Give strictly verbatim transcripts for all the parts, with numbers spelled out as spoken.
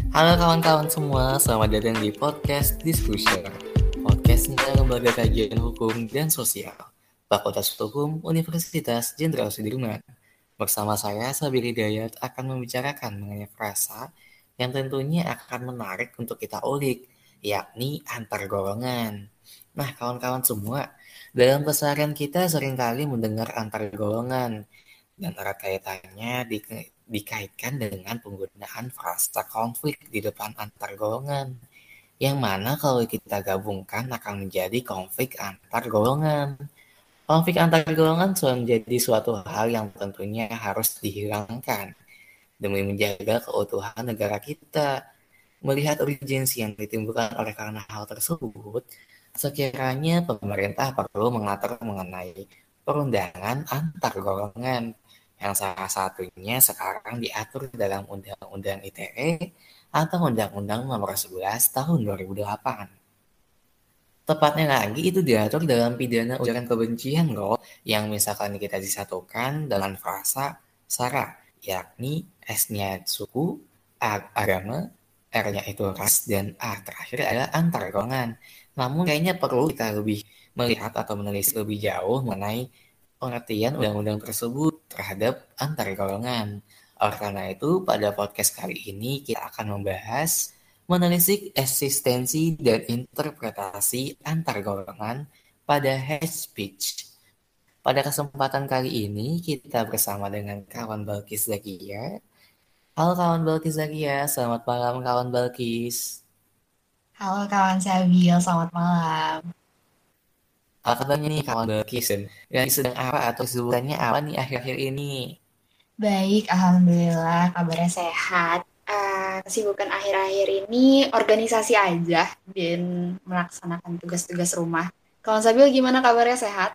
Halo kawan-kawan semua, selamat datang di podcast Discussion. Podcastnya Lembaga Kajian Hukum dan Sosial, Fakultas Hukum Universitas Jenderal Sudirman. Bersama saya, Sabir Hidayat, akan membicarakan mengenai frasa yang tentunya akan menarik untuk kita ulik, yakni antar golongan. Nah, kawan-kawan semua, dalam keseharian kita seringkali mendengar antar golongan, dan erat kaitannya di, dikaitkan dengan penggunaan frasa konflik di depan antar golongan, yang mana kalau kita gabungkan akan menjadi konflik antar golongan. Konflik antar golongan sudah menjadi suatu hal yang tentunya harus dihilangkan demi menjaga keutuhan negara kita. Melihat urgensi yang ditimbulkan oleh karena hal tersebut, sekiranya pemerintah perlu mengatur mengenai perundangan antar golongan, yang salah satunya sekarang diatur dalam Undang-Undang I T E atau Undang-Undang Nomor sebelas Tahun dua ribu delapan. Tepatnya lagi itu diatur dalam pidana ujaran kebencian loh, yang misalkan kita disatukan dengan frasa SARA, yakni S-nya suku, A agama, R-nya itu ras, dan A terakhir adalah antar golongan. Namun kayaknya perlu kita lebih melihat atau menulis lebih jauh mengenai pengertian undang-undang tersebut terhadap antar golongan. Oleh karena itu, pada podcast kali ini kita akan membahas menelisik eksistensi dan interpretasi antar golongan pada hate speech. Pada kesempatan kali ini, kita bersama dengan kawan Balkis Zakia. Halo kawan Balkis Zakia, selamat malam kawan Balkis. Halo kawan Sabil, selamat malam. Apa kabarnya nih kawan Balkis, dan lagi sedang apa atau kesibukannya apa nih akhir-akhir ini? Baik, Alhamdulillah kabarnya sehat. Eh, kesibukan akhir-akhir ini organisasi aja dan melaksanakan tugas-tugas rumah. Kawan Sabil gimana kabarnya sehat?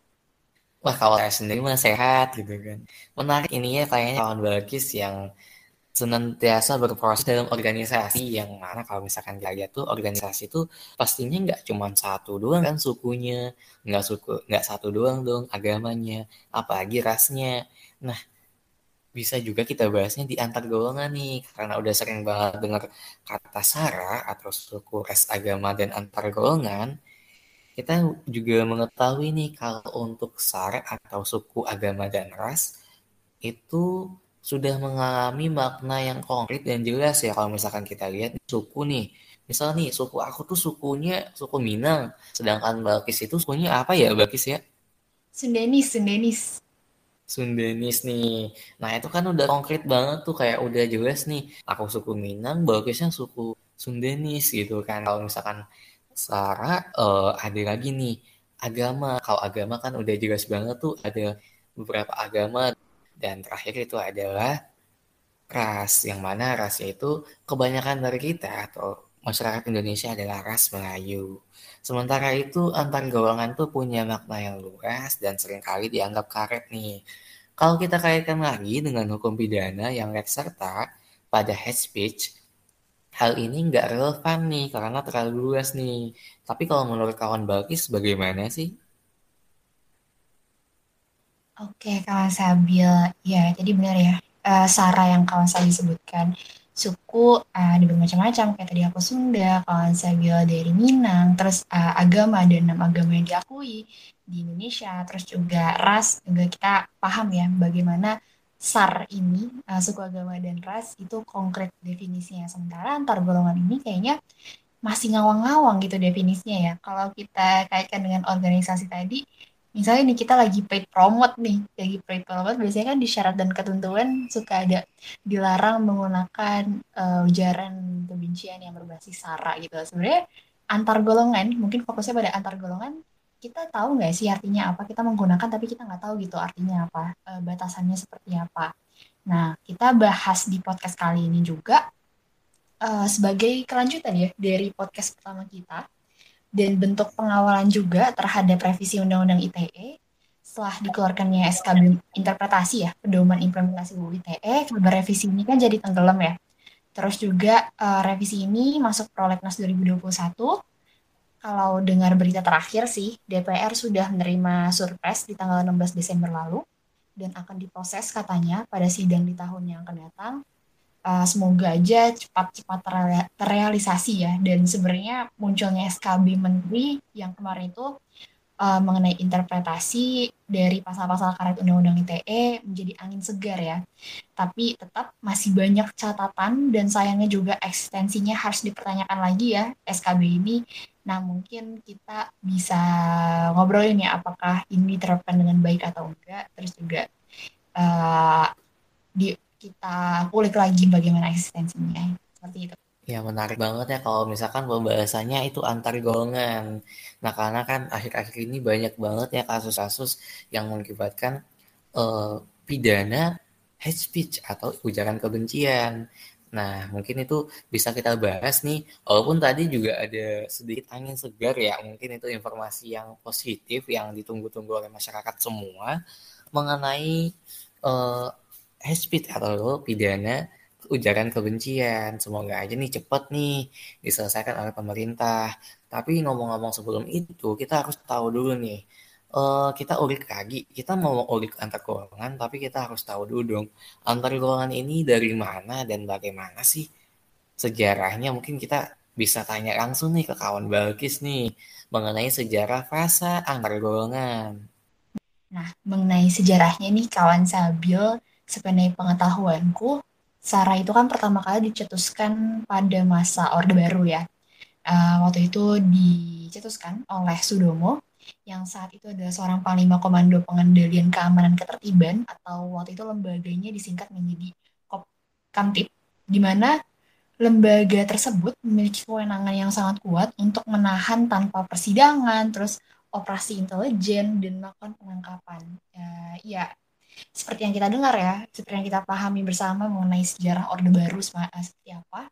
Wah, kalau saya sendiri mah sehat gitu kan. Menarik ini ya kayaknya kawan Balkis yang senantiasa berproses dalam organisasi, yang mana kalau misalkan kita lihat tuh organisasi tuh pastinya nggak cuma satu doang kan sukunya, nggak suku nggak satu doang dong agamanya, apalagi rasnya. Nah, bisa juga kita bahasnya di antar golongan nih, karena udah sering banget dengar kata sara atau suku, ras, agama, dan antar golongan. Kita juga mengetahui nih kalau untuk sara atau suku, agama, dan ras itu sudah mengalami makna yang konkret dan jelas ya. Kalau misalkan kita lihat suku nih, misal nih suku aku tuh sukunya suku Minang, sedangkan Balkis itu sukunya apa ya Balkis ya? Sundenis, Sundenis. Sundanis nih. Nah itu kan udah konkret banget tuh, kayak udah jelas nih. Aku suku Minang, Balkisnya suku Sundanis gitu kan. Kalau misalkan Sarah eh, ada lagi nih agama. Kalau agama kan udah jelas banget tuh, ada beberapa agama, dan terakhir itu adalah ras, yang mana rasnya itu kebanyakan dari kita atau masyarakat Indonesia adalah ras Melayu. Sementara itu antar golongan tuh punya makna yang luas dan seringkali dianggap karet nih. Kalau kita kaitkan lagi dengan hukum pidana yang lex serta pada hate speech, hal ini nggak relevan nih karena terlalu luas nih. Tapi kalau menurut kawan Balkis bagaimana sih? Oke, kawan Sabil. Ya, jadi benar ya. Eh, Sara yang kawan Sabil sebutkan. Suku eh, ada bermacam-macam, kayak tadi aku Sunda, kawan Sabil dari Minang, terus eh, agama, ada enam agama yang diakui di Indonesia, terus juga ras, juga kita paham ya bagaimana SAR ini, eh, suku agama dan ras, itu konkret definisinya. Sementara antar golongan ini kayaknya masih ngawang-ngawang gitu definisinya ya. Kalau kita kaitkan dengan organisasi tadi, misalnya nih kita lagi paid promote nih, lagi paid promote biasanya kan di syarat dan ketentuan suka ada dilarang menggunakan eh, ujaran kebencian yang berbasis sara gitu. Sebenarnya antar golongan, mungkin fokusnya pada antar golongan, kita tahu nggak sih artinya apa? Kita menggunakan tapi kita nggak tahu gitu artinya apa, eh, batasannya seperti apa. Nah, kita bahas di podcast kali ini juga eh, sebagai kelanjutan ya dari podcast pertama kita dan bentuk pengawalan juga terhadap revisi Undang-Undang I T E setelah dikeluarkannya S K B interpretasi ya, pedoman implementasi U U I T E, kabar revisi ini kan jadi tenggelam ya. Terus juga eh, revisi ini masuk prolegnas dua ribu dua puluh satu. Kalau dengar berita terakhir sih, D P R sudah menerima surpres di tanggal enam belas Desember lalu dan akan diproses katanya pada sidang di tahun yang akan datang. Uh, semoga aja cepat-cepat terrea- terrealisasi ya. Dan sebenarnya munculnya S K B Menteri yang kemarin itu uh, mengenai interpretasi dari pasal-pasal karet Undang-Undang I T E menjadi angin segar ya. Tapi tetap masih banyak catatan dan sayangnya juga eksistensinya harus dipertanyakan lagi ya S K B ini. Nah mungkin kita bisa ngobrolin ya apakah ini diterapkan dengan baik atau enggak. Terus juga uh, di kita kulik lagi bagaimana eksistensinya. Seperti itu. Ya menarik banget ya kalau misalkan pembahasannya itu antar golongan. Nah karena kan akhir-akhir ini banyak banget ya kasus-kasus yang mengakibatkan eh, pidana hate speech atau ujaran kebencian. Nah mungkin itu bisa kita bahas nih. Walaupun tadi juga ada sedikit angin segar ya. Mungkin itu informasi yang positif yang ditunggu-tunggu oleh masyarakat semua mengenai eh, hate speech atau pidana ujaran kebencian. Semoga aja nih cepet nih diselesaikan oleh pemerintah. Tapi ngomong-ngomong sebelum itu, kita harus tahu dulu nih. Eh, kita ulik lagi, kita mau ulik antar golongan, tapi kita harus tahu dulu dong, antar golongan ini dari mana dan bagaimana sih sejarahnya. Mungkin kita bisa tanya langsung nih ke kawan Balkis nih, mengenai sejarah fasa antar golongan. Nah, mengenai sejarahnya nih kawan Sabil, sepenai pengetahuanku, Sarah itu kan pertama kali dicetuskan pada masa Orde Baru ya. Uh, waktu itu dicetuskan oleh Sudomo, yang saat itu adalah seorang Panglima Komando Pengendalian Keamanan Ketertiban, atau waktu itu lembaganya disingkat menjadi Kopkamtib, di mana lembaga tersebut memiliki kewenangan yang sangat kuat untuk menahan tanpa persidangan, terus operasi intelijen, dan melakukan penangkapan. Ya, ya, seperti yang kita dengar ya, seperti yang kita pahami bersama mengenai sejarah Orde Baru seperti apa.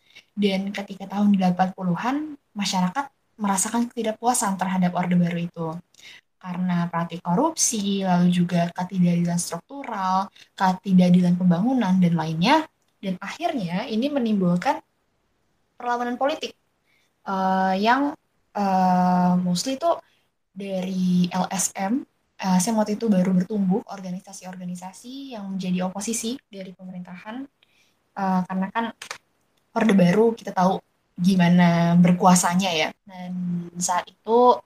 Dan ketika tahun delapan puluhan, masyarakat merasakan ketidakpuasan terhadap Orde Baru itu. Karena praktik korupsi, lalu juga ketidakadilan struktural, ketidakadilan pembangunan, dan lainnya. Dan akhirnya ini menimbulkan perlawanan politik uh, yang uh, mostly itu dari L S M. Uh, saya waktu itu baru bertumbuh organisasi-organisasi yang menjadi oposisi dari pemerintahan. Uh, karena kan Orde Baru kita tahu gimana berkuasanya ya. Dan saat itu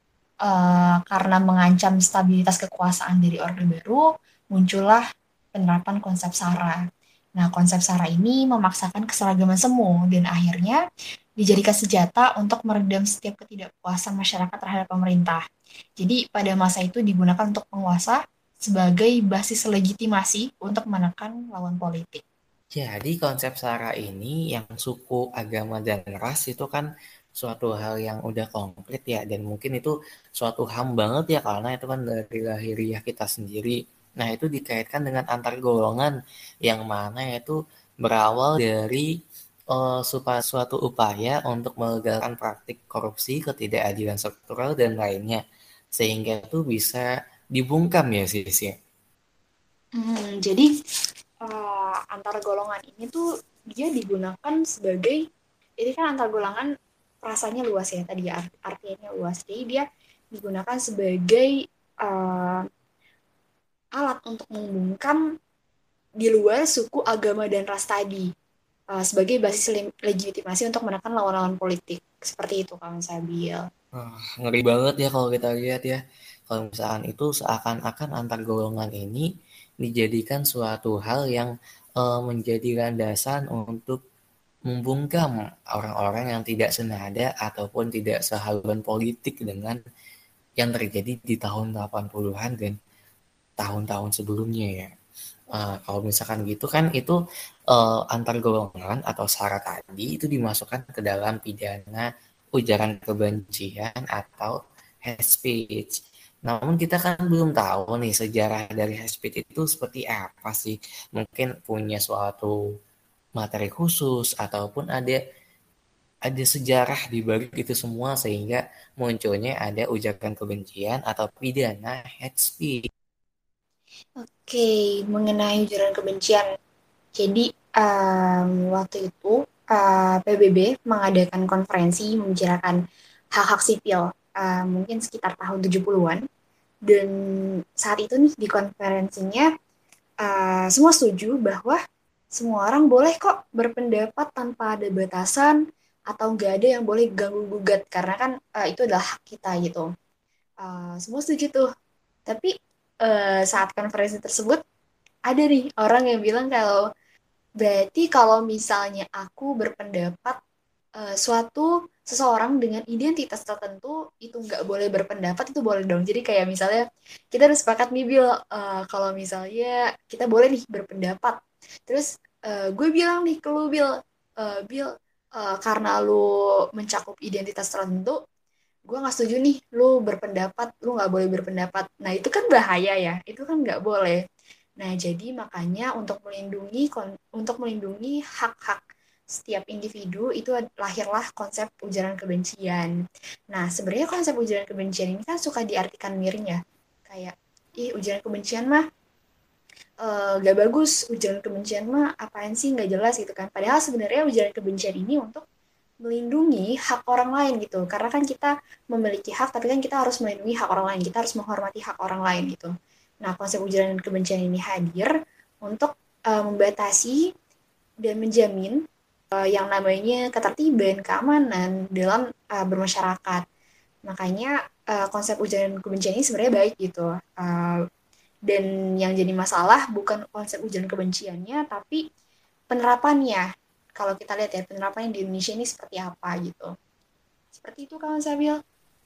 uh, karena mengancam stabilitas kekuasaan dari Orde Baru, muncullah penerapan konsep SARA. Nah, konsep SARA ini memaksakan keseragaman semu dan akhirnya dijadikan senjata untuk meredam setiap ketidakpuasan masyarakat terhadap pemerintah. Jadi pada masa itu digunakan untuk penguasa sebagai basis legitimasi untuk menekan lawan politik. Jadi konsep SARA ini yang suku, agama, dan ras itu kan suatu hal yang udah konkret ya. Dan mungkin itu suatu ham banget ya karena itu kan dari lahiriah kita sendiri. Nah itu dikaitkan dengan antar golongan yang mana itu berawal dari uh, suatu upaya untuk melegalkan praktik korupsi, ketidakadilan struktural, dan lainnya. Sehingga itu bisa dibungkam ya sih. Hmm, jadi uh, antar golongan ini tuh dia digunakan sebagai ini kan antar golongan rasanya luas ya tadi ya artinya luas jadi dia digunakan sebagai uh, alat untuk membungkam di luar suku agama dan ras tadi uh, sebagai basis legitimasi untuk menekan lawan-lawan politik seperti itu kawan Sabil. Ah, ngeri banget ya kalau kita lihat ya. Kalau misalkan itu seakan-akan antar golongan ini dijadikan suatu hal yang eh, menjadi landasan untuk membungkam orang-orang yang tidak senada ataupun tidak sehaluan politik dengan yang terjadi di tahun delapan puluhan dan tahun-tahun sebelumnya ya. Uh, kalau misalkan gitu kan itu uh, antar golongan atau syarat tadi itu dimasukkan ke dalam pidana ujaran kebencian atau hate speech. Namun kita kan belum tahu nih sejarah dari hate speech itu seperti apa sih. Mungkin punya suatu materi khusus ataupun ada ada sejarah di balik itu semua sehingga munculnya ada ujaran kebencian atau pidana hate speech. Oke, mengenai ujaran kebencian. Jadi um, waktu itu uh, P B B mengadakan konferensi membicarakan hak-hak sipil uh, mungkin sekitar tahun tujuh puluhan dan saat itu nih di konferensinya uh, semua setuju bahwa semua orang boleh kok berpendapat tanpa ada batasan atau nggak ada yang boleh ganggu gugat karena kan uh, itu adalah hak kita gitu. Uh, semua setuju tuh. Tapi uh, saat konferensi tersebut ada nih orang yang bilang kalau berarti kalau misalnya aku berpendapat uh, suatu seseorang dengan identitas tertentu itu nggak boleh berpendapat itu boleh dong. Jadi kayak misalnya kita harus sepakat nih Bill, uh, kalau misalnya kita boleh nih berpendapat. Terus uh, gue bilang nih ke lu Bill, uh, Bill uh, karena lu mencakup identitas tertentu, gue nggak setuju nih lu berpendapat, lu nggak boleh berpendapat. Nah itu kan bahaya ya, itu kan nggak boleh. Nah, jadi makanya untuk melindungi untuk melindungi hak-hak setiap individu itu lahirlah konsep ujaran kebencian. Nah, sebenarnya konsep ujaran kebencian ini kan suka diartikan miring ya. Kayak, ih ujaran kebencian mah uh, gak bagus, ujaran kebencian mah apaan sih gak jelas gitu kan. Padahal sebenarnya ujaran kebencian ini untuk melindungi hak orang lain gitu. Karena kan kita memiliki hak, tapi kan kita harus melindungi hak orang lain. Kita harus menghormati hak orang lain gitu. Nah, konsep ujaran kebencian ini hadir untuk uh, membatasi dan menjamin uh, yang namanya ketertiban, keamanan dalam uh, bermasyarakat. Makanya uh, konsep ujaran kebencian ini sebenarnya baik gitu. Uh, dan yang jadi masalah bukan konsep ujaran kebenciannya, tapi penerapannya. Kalau kita lihat ya, penerapannya di Indonesia ini seperti apa gitu. Seperti itu kawan Sabil.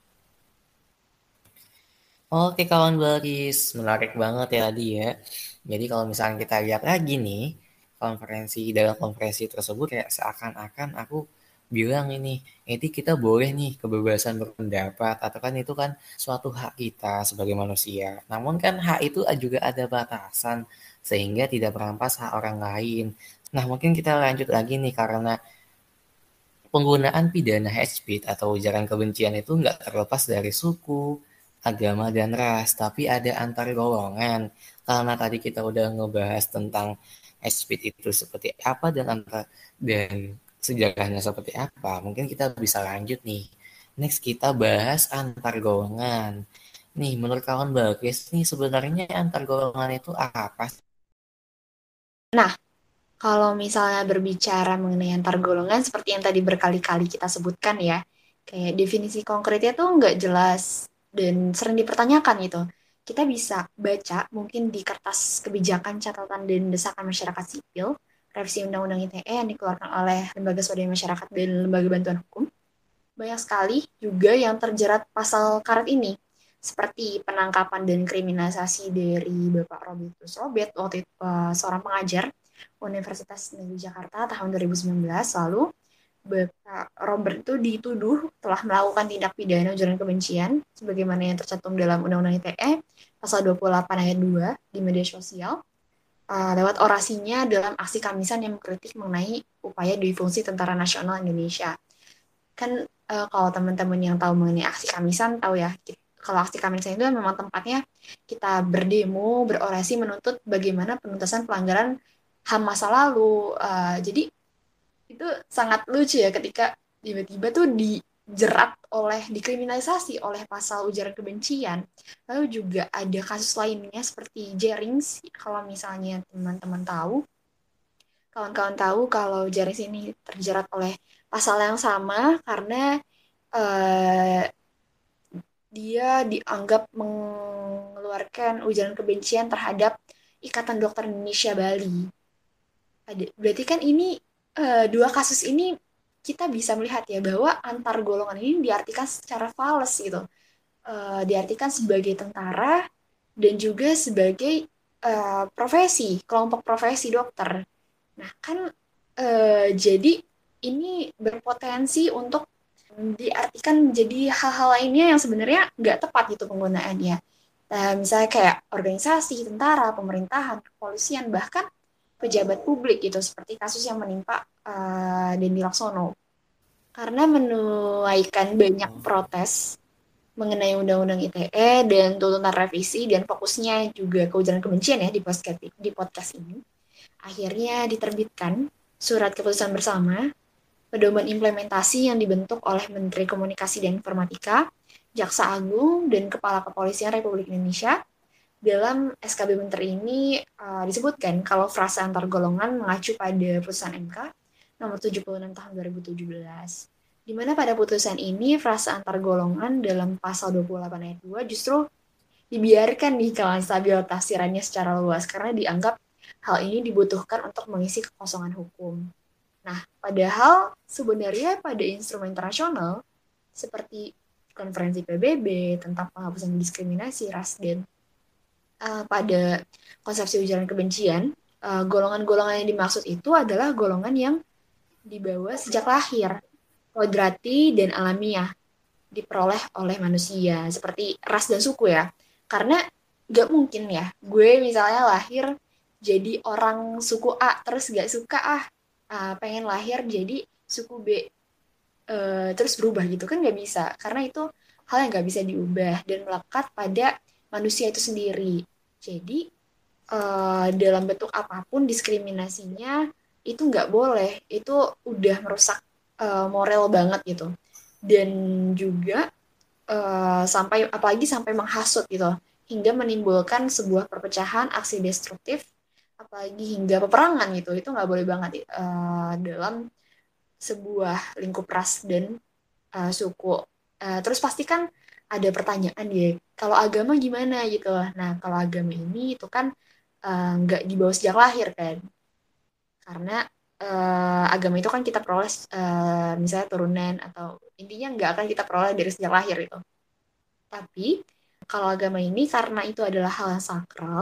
Oke kawan Baris, menarik banget ya tadi ya. Jadi kalau misalnya kita lihat lagi nih, konferensi dalam konferensi tersebut kayak seakan-akan aku bilang ini, ini kita boleh nih kebebasan berpendapat, atau kan itu kan suatu hak kita sebagai manusia. Namun kan hak itu juga ada batasan, sehingga tidak merampas hak orang lain. Nah mungkin kita lanjut lagi nih, karena penggunaan pidana hate speech atau ujaran kebencian itu nggak terlepas dari suku, agama, dan ras, tapi ada antar golongan. Karena tadi kita udah ngebahas tentang hate speech itu seperti apa dan antar dan sejarahnya seperti apa, mungkin kita bisa lanjut nih. Next kita bahas antar golongan. Nih, menurut kawan Bagus nih sebenarnya antar golongan itu apa sih? Nah, kalau misalnya berbicara mengenai antar golongan, seperti yang tadi berkali-kali kita sebutkan ya, kayak definisi konkretnya tuh nggak jelas dan sering dipertanyakan gitu. Kita bisa baca mungkin di kertas kebijakan catatan dan desakan masyarakat sipil, revisi Undang-Undang I T E yang dikeluarkan oleh Lembaga Swadaya Masyarakat dan Lembaga Bantuan Hukum. Banyak sekali juga yang terjerat pasal karet ini, seperti penangkapan dan kriminalisasi dari Bapak Robertus Robert, waktu itu uh, seorang pengajar Universitas Negeri Jakarta tahun dua ribu sembilan belas. Lalu Bapak Robert itu dituduh telah melakukan tindak pidana ujaran kebencian sebagaimana yang tercantum dalam Undang-Undang I T E pasal dua puluh delapan ayat dua di media sosial uh, lewat orasinya dalam aksi Kamisan yang mengkritik mengenai upaya difungsi Tentara Nasional Indonesia. Kan uh, kalau teman-teman yang tahu mengenai aksi Kamisan tahu ya, kalau aksi Kamisan itu memang tempatnya kita berdemo, berorasi menuntut bagaimana penuntasan pelanggaran H A M masa lalu. Uh, jadi itu sangat lucu ya ketika tiba-tiba tuh dijerat oleh, dikriminalisasi oleh pasal ujaran kebencian. Lalu juga ada kasus lainnya seperti Jerings, kalau misalnya teman-teman tahu, kawan-kawan tahu kalau Jerings ini terjerat oleh pasal yang sama karena uh, dia dianggap mengeluarkan ujaran kebencian terhadap Ikatan Dokter Indonesia Bali. Berarti kan ini uh, dua kasus ini kita bisa melihat ya bahwa antar golongan ini diartikan secara fals gitu. Uh, diartikan sebagai tentara dan juga sebagai uh, profesi, kelompok profesi dokter. Nah kan uh, jadi ini berpotensi untuk diartikan menjadi hal-hal lainnya yang sebenarnya nggak tepat gitu penggunaannya. Nah, misalnya kayak organisasi, tentara, pemerintahan, kepolisian, bahkan pejabat publik gitu, seperti kasus yang menimpa uh, Dendi Laksono. Karena menuaikan banyak protes mengenai Undang-Undang I T E dan tuntutan revisi dan fokusnya juga ke ujaran kebencian ya di podcast, di podcast ini. Akhirnya diterbitkan surat keputusan bersama pedoman implementasi yang dibentuk oleh Menteri Komunikasi dan Informatika, Jaksa Agung, dan Kepala Kepolisian Republik Indonesia dalam S K B Menteri ini uh, disebutkan kalau frasa antar golongan mengacu pada putusan M K nomor tujuh puluh enam tahun dua ribu tujuh belas. Di mana pada putusan ini frasa antar golongan dalam pasal dua puluh delapan ayat dua justru dibiarkan nih kawan stabil tafsirannya secara luas karena dianggap hal ini dibutuhkan untuk mengisi kekosongan hukum. Nah, padahal sebenarnya pada instrumen internasional seperti konferensi P B B tentang penghapusan diskriminasi ras dan uh, pada konsepsi ujaran kebencian, uh, golongan-golongan yang dimaksud itu adalah golongan yang dibawa sejak lahir, kodrati dan alamiah, diperoleh oleh manusia, seperti ras dan suku ya. Karena gak mungkin ya, gue misalnya lahir jadi orang suku A, terus gak suka ah, uh, pengen lahir jadi suku B, uh, terus berubah gitu, kan gak bisa. Karena itu hal yang gak bisa diubah dan melekat pada manusia itu sendiri. Jadi, uh, dalam bentuk apapun diskriminasinya itu nggak boleh, itu udah merusak uh, moral banget gitu, dan juga uh, sampai apalagi sampai menghasut gitu, hingga menimbulkan sebuah perpecahan, aksi destruktif, apalagi hingga peperangan gitu, itu nggak boleh banget uh, dalam sebuah lingkup ras dan uh, suku. Uh, terus pasti kan ada pertanyaan ya, kalau agama gimana gitu. Nah, kalau agama ini itu kan uh, nggak dibawa sejak lahir kan, karena uh, agama itu kan kita peroleh uh, misalnya turunan atau intinya nggak akan kita peroleh dari sejak lahir itu. Tapi kalau agama ini karena itu adalah hal yang sakral,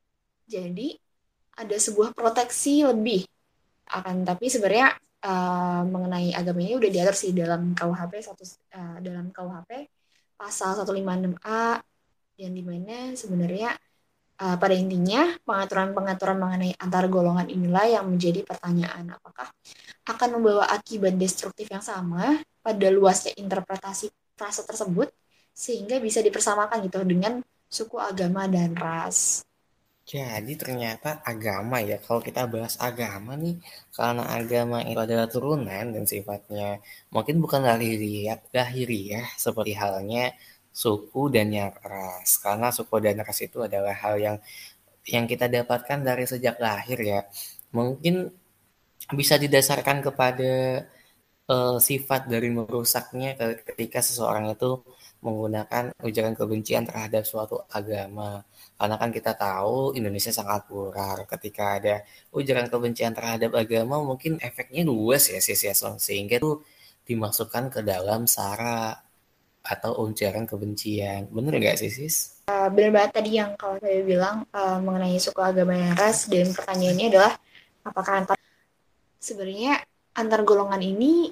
jadi ada sebuah proteksi lebih akan. Tapi sebenarnya uh, mengenai agama ini udah diatur sih dalam K U H P satu uh, dalam K U H P pasal seratus lima puluh enam A, yang dimana sebenarnya uh, pada intinya pengaturan-pengaturan mengenai antar golongan inilah yang menjadi pertanyaan, apakah akan membawa akibat destruktif yang sama pada luasnya interpretasi frasa tersebut sehingga bisa dipersamakan gitu dengan suku, agama, dan ras. Jadi ternyata agama ya, kalau kita bahas agama nih, karena agama itu adalah turunan dan sifatnya mungkin bukan lahiriah, lahiriah seperti halnya suku dan yang ras. Karena suku dan ras itu adalah hal yang yang kita dapatkan dari sejak lahir ya. Mungkin bisa didasarkan kepada uh, sifat dari merusaknya ketika seseorang itu menggunakan ujaran kebencian terhadap suatu agama. Karena kan kita tahu Indonesia sangat plural. Ketika ada ujaran kebencian terhadap agama, mungkin efeknya luas ya sis ya, sehingga itu dimasukkan ke dalam sara atau ujaran kebencian. Bener nggak sih sis? Uh, benar banget tadi yang kalau saya bilang uh, mengenai suku, agama, dan ras, dan pertanyaannya adalah apakah antar sebenarnya antar golongan ini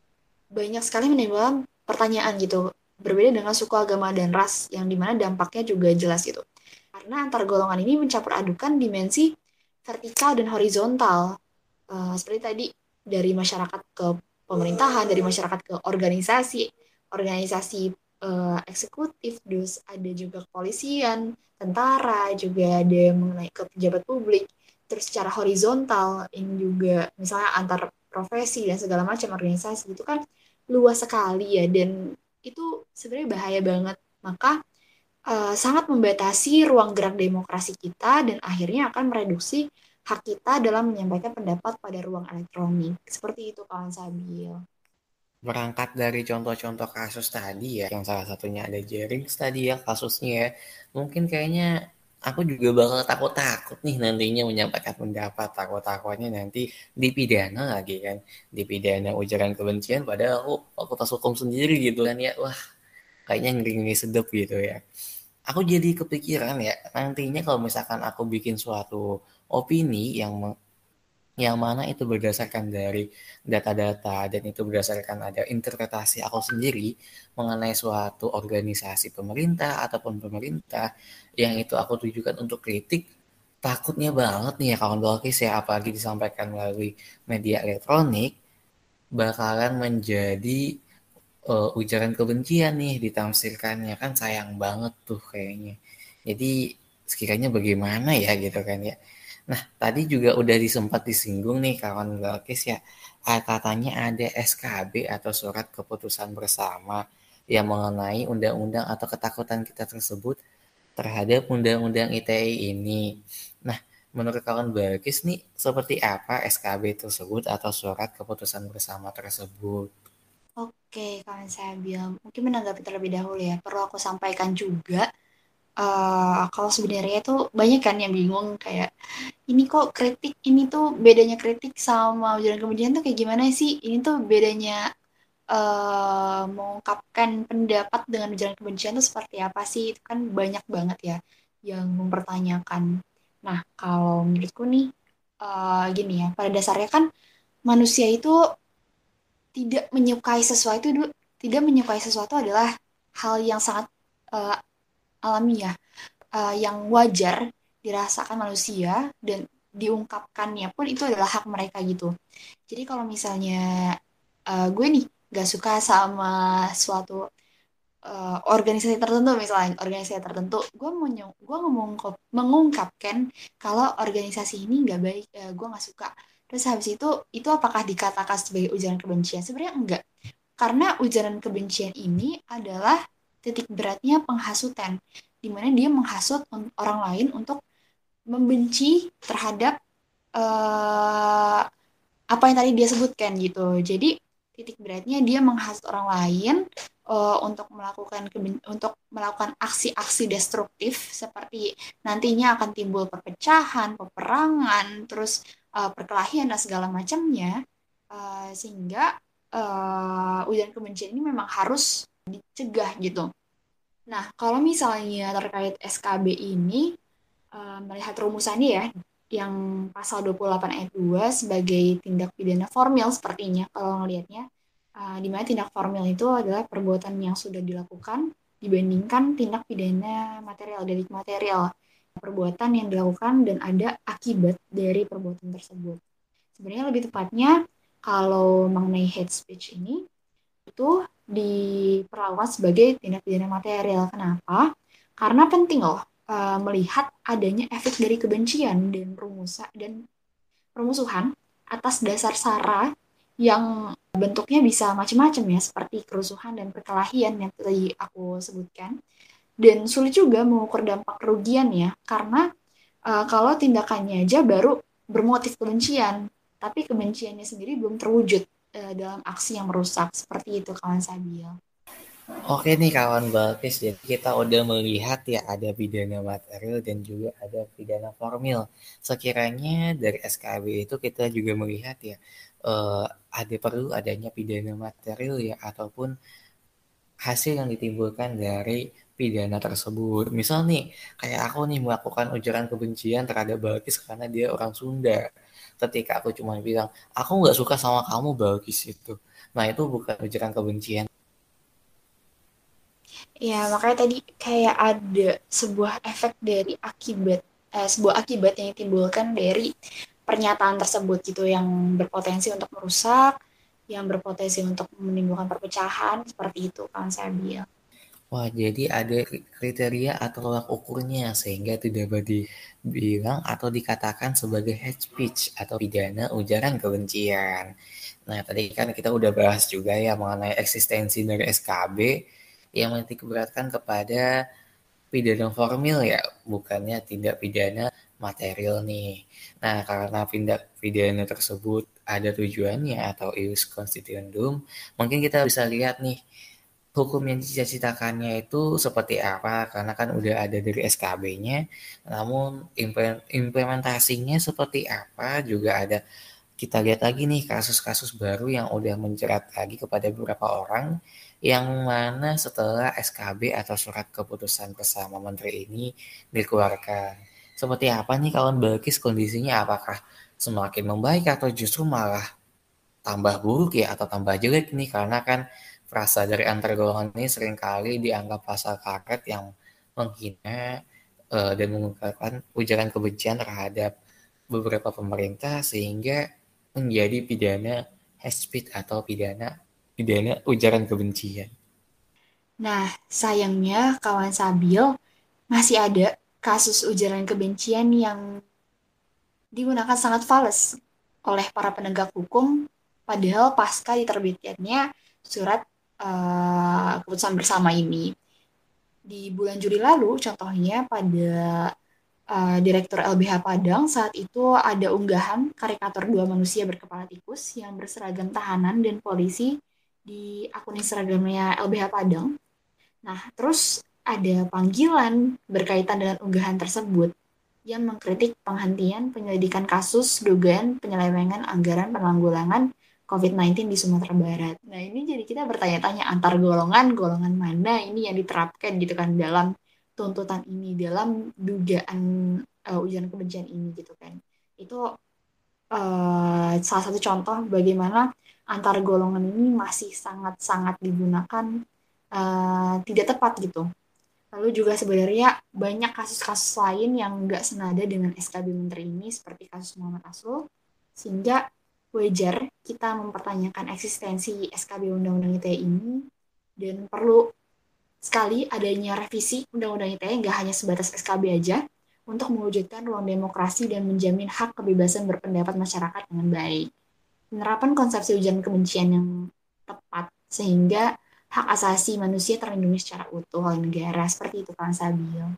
banyak sekali menimbulkan pertanyaan gitu, berbeda dengan suku, agama, dan ras yang dimana dampaknya juga jelas gitu, karena antar golongan ini mencampur adukan dimensi vertikal dan horizontal, uh, seperti tadi dari masyarakat ke pemerintahan, dari masyarakat ke organisasi organisasi uh, eksekutif, terus ada juga kepolisian, tentara, juga ada mengenai ke pejabat publik. Terus secara horizontal ini juga misalnya antar profesi dan segala macam organisasi itu kan luas sekali ya, dan itu sebenarnya bahaya banget. Maka uh, sangat membatasi ruang gerak demokrasi kita dan akhirnya akan mereduksi hak kita dalam menyampaikan pendapat pada ruang elektronik. Seperti itu kawan Sabil. Berangkat dari contoh-contoh kasus tadi ya, yang salah satunya ada Jerings tadi ya kasusnya ya, mungkin kayaknya aku juga bakal takut-takut nih nantinya menyampaikan pendapat, takut-takutnya nanti dipidana lagi kan, dipidana ujaran kebencian padahal aku fakultas hukum sendiri gitu kan ya, wah kayaknya ngeri-ngeri sedep gitu ya. Aku jadi kepikiran ya, nantinya kalau misalkan aku bikin suatu opini yang yang mana itu berdasarkan dari data-data dan itu berdasarkan ada interpretasi aku sendiri mengenai suatu organisasi pemerintah ataupun pemerintah yang itu aku tujukan untuk kritik, takutnya banget nih ya kawan Balkis ya, apalagi disampaikan melalui media elektronik, bakalan menjadi uh, ujaran kebencian nih ditafsirkannya, kan sayang banget tuh kayaknya. Jadi sekiranya bagaimana ya gitu kan ya. Nah, tadi juga udah disempat disinggung nih kawan Galkis ya, katanya ada S K B atau surat keputusan bersama yang mengenai undang-undang atau ketakutan kita tersebut terhadap Undang-Undang I T E ini. Nah, menurut kawan Balkis nih, seperti apa S K B tersebut atau surat keputusan bersama tersebut? Oke, kawan saya bilang mungkin menanggapi terlebih dahulu ya. Perlu aku sampaikan juga, eh, kalau sebenarnya itu banyak kan yang bingung kayak ini kok kritik, ini tuh bedanya kritik sama ujaran kebencian tuh kayak gimana sih? Ini tuh bedanya eh, mengungkapkan pendapat dengan ujaran kebencian itu seperti apa sih? Itu kan banyak banget ya yang mempertanyakan. Nah, kalau menurutku nih, eh, gini ya, pada dasarnya kan manusia itu tidak menyukai sesuatu itu tidak menyukai sesuatu adalah hal yang sangat eh, alamiah, eh, yang wajar dirasakan manusia dan diungkapkannya pun itu adalah hak mereka gitu. Jadi kalau misalnya eh, gue nih gak suka sama suatu eh, organisasi tertentu misalnya organisasi tertentu gue mau gue ngomong mengungkapkan kalau organisasi ini nggak baik, eh, gue nggak suka, terus habis itu itu apakah dikatakan sebagai ujaran kebencian? Sebenarnya enggak, karena ujaran kebencian ini adalah titik beratnya penghasutan, di mana dia menghasut orang lain untuk membenci terhadap eh, apa yang tadi dia sebutkan gitu. Jadi titik beratnya dia menghasut orang lain uh, untuk melakukan untuk melakukan aksi-aksi destruktif seperti nantinya akan timbul perpecahan, peperangan, terus uh, perkelahian dan segala macamnya, uh, sehingga uh, ujaran kebencian ini memang harus dicegah gitu. Nah, kalau misalnya terkait S K B ini, uh, melihat rumusannya ya, yang pasal dua puluh delapan ayat dua sebagai tindak pidana formil sepertinya kalau ngelihatnya, uh, di mana tindak formil itu adalah perbuatan yang sudah dilakukan dibandingkan tindak pidana material, delik material, perbuatan yang dilakukan dan ada akibat dari perbuatan tersebut. Sebenarnya lebih tepatnya kalau mengenai hate speech ini itu diperlakukan sebagai tindak pidana material. Kenapa? Karena penting loh uh, melihat adanya efek dari kebencian dan rumusan dan permusuhan atas dasar sara yang bentuknya bisa macam-macam ya, seperti kerusuhan dan perkelahian yang tadi aku sebutkan. Dan sulit juga mengukur dampak kerugian ya, karena uh, kalau tindakannya aja baru bermotif kebencian, tapi kebenciannya sendiri belum terwujud uh, dalam aksi yang merusak. Seperti itu kawan Sabil. Oke nih kawan Balkis, jadi kita udah melihat ya ada pidana material dan juga ada pidana formil. Sekiranya dari S K B itu kita juga melihat ya eh, ada perlu adanya pidana material ya ataupun hasil yang ditimbulkan dari pidana tersebut. Misal nih, kayak aku nih melakukan ujaran kebencian terhadap Balkis karena dia orang Sunda. Ketika aku cuma bilang, aku nggak suka sama kamu Balkis itu. Nah itu bukan ujaran kebencian. Ya, makanya tadi kayak ada sebuah efek dari akibat, eh, sebuah akibat yang ditimbulkan dari pernyataan tersebut gitu, yang berpotensi untuk merusak, yang berpotensi untuk menimbulkan perpecahan, seperti itu kan saya bilang. Wah, jadi ada kriteria atau tolak ukurnya sehingga tidak dapat dibilang atau dikatakan sebagai hate speech atau pidana ujaran kebencian. Nah, tadi kan kita udah bahas juga ya mengenai eksistensi dari S K B yang menitik beratkan kepada pidana formil ya, bukannya tindak pidana material nih. Nah, karena tindak pidana tersebut ada tujuannya atau ius constituendum, mungkin kita bisa lihat nih hukum yang dicita-citakannya itu seperti apa, karena kan udah ada dari S K B-nya, namun implementasinya seperti apa juga ada. Kita lihat lagi nih kasus-kasus baru yang udah menjerat lagi kepada beberapa orang yang mana setelah S K B atau surat keputusan bersama menteri ini dikeluarkan. Seperti apa nih kawan Balkis kondisinya, apakah semakin membaik atau justru malah tambah buruk ya atau tambah jelek nih, karena kan frasa dari antar golongan ini seringkali dianggap pasal karet yang menghina eh, dan mengungkapkan ujaran kebencian terhadap beberapa pemerintah sehingga menjadi pidana hate speech atau pidana pidana ujaran kebencian. Nah, sayangnya kawan Sabil masih ada kasus ujaran kebencian yang digunakan sangat fals oleh para penegak hukum, padahal pasca diterbitkannya surat uh, keputusan bersama ini. Di bulan Juli lalu, contohnya pada uh, Direktur L B H Padang, saat itu ada unggahan karikatur dua manusia berkepala tikus yang berseragam tahanan dan polisi di akun Instagramnya L B H Padang. Nah, terus ada panggilan berkaitan dengan unggahan tersebut yang mengkritik penghentian penyelidikan kasus dugaan penyelewengan anggaran penanggulangan covid sembilan belas di Sumatera Barat. Nah, ini jadi kita bertanya-tanya antar golongan, golongan mana ini yang diterapkan gitu kan dalam tuntutan ini, dalam dugaan uh, ujaran kebencian ini gitu kan. Itu uh, salah satu contoh bagaimana antar golongan ini masih sangat-sangat digunakan uh, tidak tepat gitu. Lalu juga sebenarnya banyak kasus-kasus lain yang nggak senada dengan S K B Menteri ini, seperti kasus Muhammad Asrul, sehingga wajar kita mempertanyakan eksistensi S K B Undang-Undang I T E ini, dan perlu sekali adanya revisi Undang-Undang I T E nggak hanya sebatas S K B aja, untuk mewujudkan ruang demokrasi dan menjamin hak kebebasan berpendapat masyarakat dengan baik. Penerapan konsepsi ujaran kebencian yang tepat, sehingga hak asasi manusia terlindungi secara utuh oleh negara. Seperti itu kan, Sabil.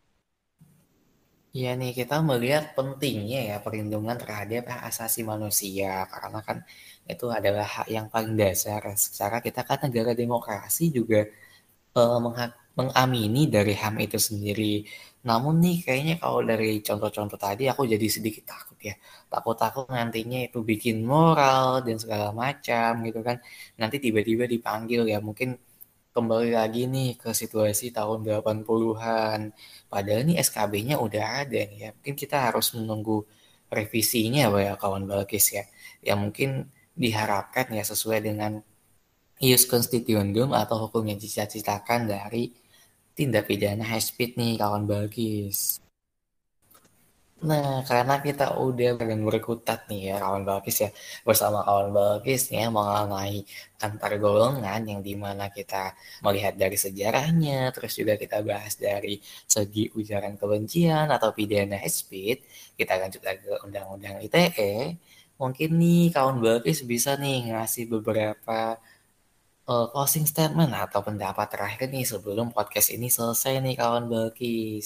Iya nih, kita melihat pentingnya ya perlindungan terhadap hak asasi manusia, karena kan itu adalah hak yang paling dasar. Secara kita kan negara demokrasi juga eh, mengha- mengamini dari H A M itu sendiri. Namun nih kayaknya kalau dari contoh-contoh tadi aku jadi sedikit takut ya. Takut-takut nantinya itu bikin moral dan segala macam gitu kan. Nanti tiba-tiba dipanggil ya mungkin kembali lagi nih ke situasi tahun delapan puluhan. Padahal nih S K B-nya udah ada nih ya. Mungkin kita harus menunggu revisinya ya kawan Balkis ya. Yang mungkin diharapkan ya sesuai dengan ius constituendum atau hukum yang dicita-citakan dari tindak pidana hate speech nih kawan Balkis. Nah, karena kita udah bareng berkutat nih ya kawan Balkis ya bersama kawan Balkis ya mengenai antar golongan yang dimana kita melihat dari sejarahnya, terus juga kita bahas dari segi ujaran kebencian atau pidana hate speech, kita lanjut lagi ke Undang-Undang I T E. Mungkin nih kawan Balkis bisa nih ngasih beberapa uh, closing statement atau pendapat terakhir nih sebelum podcast ini selesai nih kawan Balkis.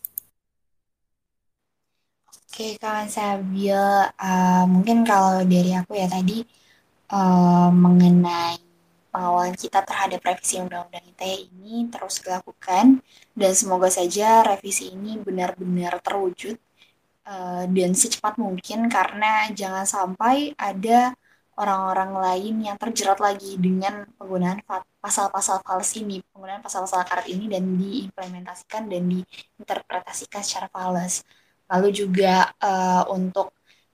Oke, kawan Sabil. Uh, mungkin kalau dari aku ya tadi, uh, mengenai pengawalan kita terhadap revisi Undang-Undang I T E ini terus dilakukan, dan semoga saja revisi ini benar-benar terwujud uh, dan secepat mungkin, karena jangan sampai ada orang-orang lain yang terjerat lagi dengan penggunaan pasal-pasal fals ini, penggunaan pasal-pasal karet ini, dan diimplementasikan dan diinterpretasikan secara fals. Lalu juga uh, untuk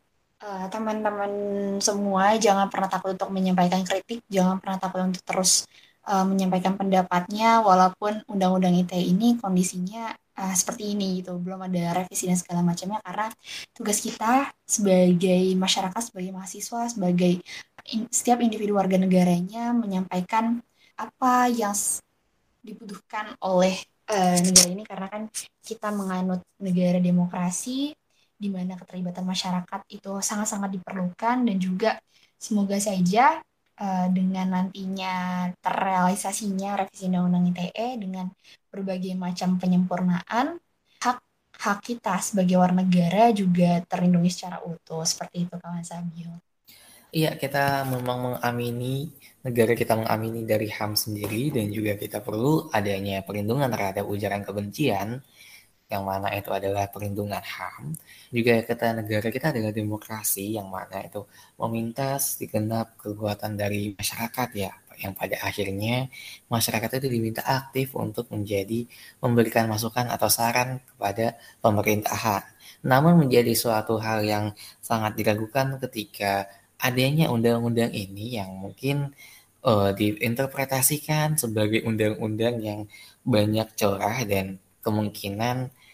uh, teman-teman semua, jangan pernah takut untuk menyampaikan kritik, jangan pernah takut untuk terus uh, menyampaikan pendapatnya, walaupun undang-undang I T E ini kondisinya uh, seperti ini gitu, belum ada revisi dan segala macamnya, karena tugas kita sebagai masyarakat, sebagai mahasiswa, sebagai in, setiap individu warga negaranya menyampaikan apa yang dibutuhkan oleh uh, negara ini, karena kan kita menganut negara demokrasi di mana keterlibatan masyarakat itu sangat-sangat diperlukan, dan juga semoga saja uh, dengan nantinya terrealisasinya revisi Undang-Undang I T E dengan berbagai macam penyempurnaan, hak hak kita sebagai warga negara juga terlindungi secara utuh. Seperti itu kawan Sabil. Iya, kita memang mengamini, negara kita mengamini dari H A M sendiri dan juga kita perlu adanya perlindungan terhadap ujaran kebencian yang mana itu adalah perlindungan H A M. Juga kata negara kita adalah demokrasi yang mana itu meminta segenap kekuatan dari masyarakat ya, yang pada akhirnya masyarakat itu diminta aktif untuk menjadi memberikan masukan atau saran kepada pemerintahan. Namun menjadi suatu hal yang sangat diragukan ketika adanya undang-undang ini yang mungkin uh, diinterpretasikan sebagai undang-undang yang banyak celah dan kemungkinan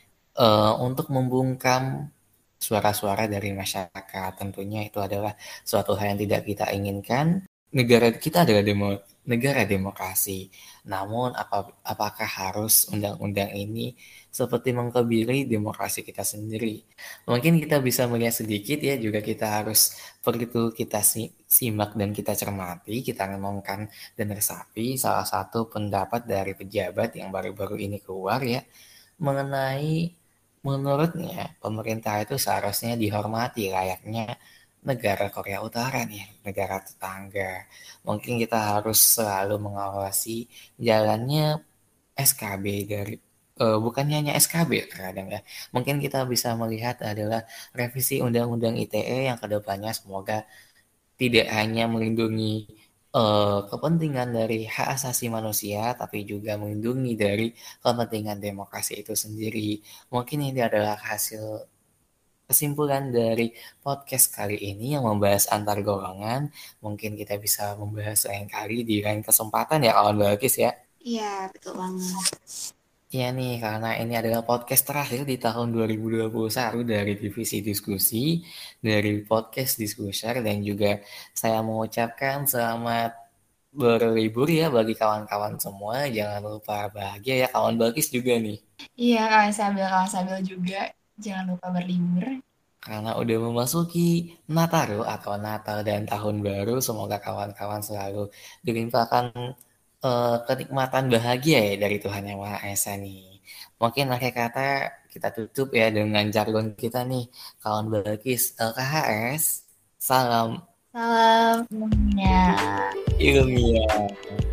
uh, untuk membungkam suara-suara dari masyarakat. Tentunya itu adalah suatu hal yang tidak kita inginkan. Negara kita adalah demo, negara demokrasi. Namun apa, apakah harus undang-undang ini seperti mengkebiri demokrasi kita sendiri? Mungkin kita bisa melihat sedikit ya, juga kita harus perlu kita simak dan kita cermati, kita renungkan dan resapi salah satu pendapat dari pejabat yang baru-baru ini keluar ya, mengenai menurutnya pemerintah itu seharusnya dihormati layaknya negara Korea Utara nih, negara tetangga. Mungkin kita harus selalu mengawasi jalannya S K B dari eh, bukannya hanya S K B terkadang ya. Mungkin kita bisa melihat adalah revisi Undang-Undang I T E yang kedepannya semoga tidak hanya melindungi eh, kepentingan dari hak asasi manusia, tapi juga melindungi dari kepentingan demokrasi itu sendiri. Mungkin ini adalah hasil kesimpulan dari podcast kali ini yang membahas antar golongan. Mungkin kita bisa membahas lain kali di lain kesempatan ya kawan Balkis ya. Iya, betul banget. Iya nih, karena ini adalah podcast terakhir di tahun dua ribu dua puluh satu dari divisi diskusi, dari podcast Diskuser, dan juga saya mengucapkan selamat berlibur ya bagi kawan-kawan semua. Jangan lupa bahagia ya kawan Balkis juga nih. Iya, kawan Sabil, kawan Sabil juga. Jangan lupa berlibur. Karena udah memasuki Nataru atau Natal dan Tahun Baru, semoga kawan-kawan selalu dilimpahkan eh, kenikmatan bahagia ya dari Tuhan Yang Maha Esa nih. Mungkin akhir kata kita tutup ya dengan jargon kita nih, kawan Balkis L K H S, salam Salam semuanya. ilmiah.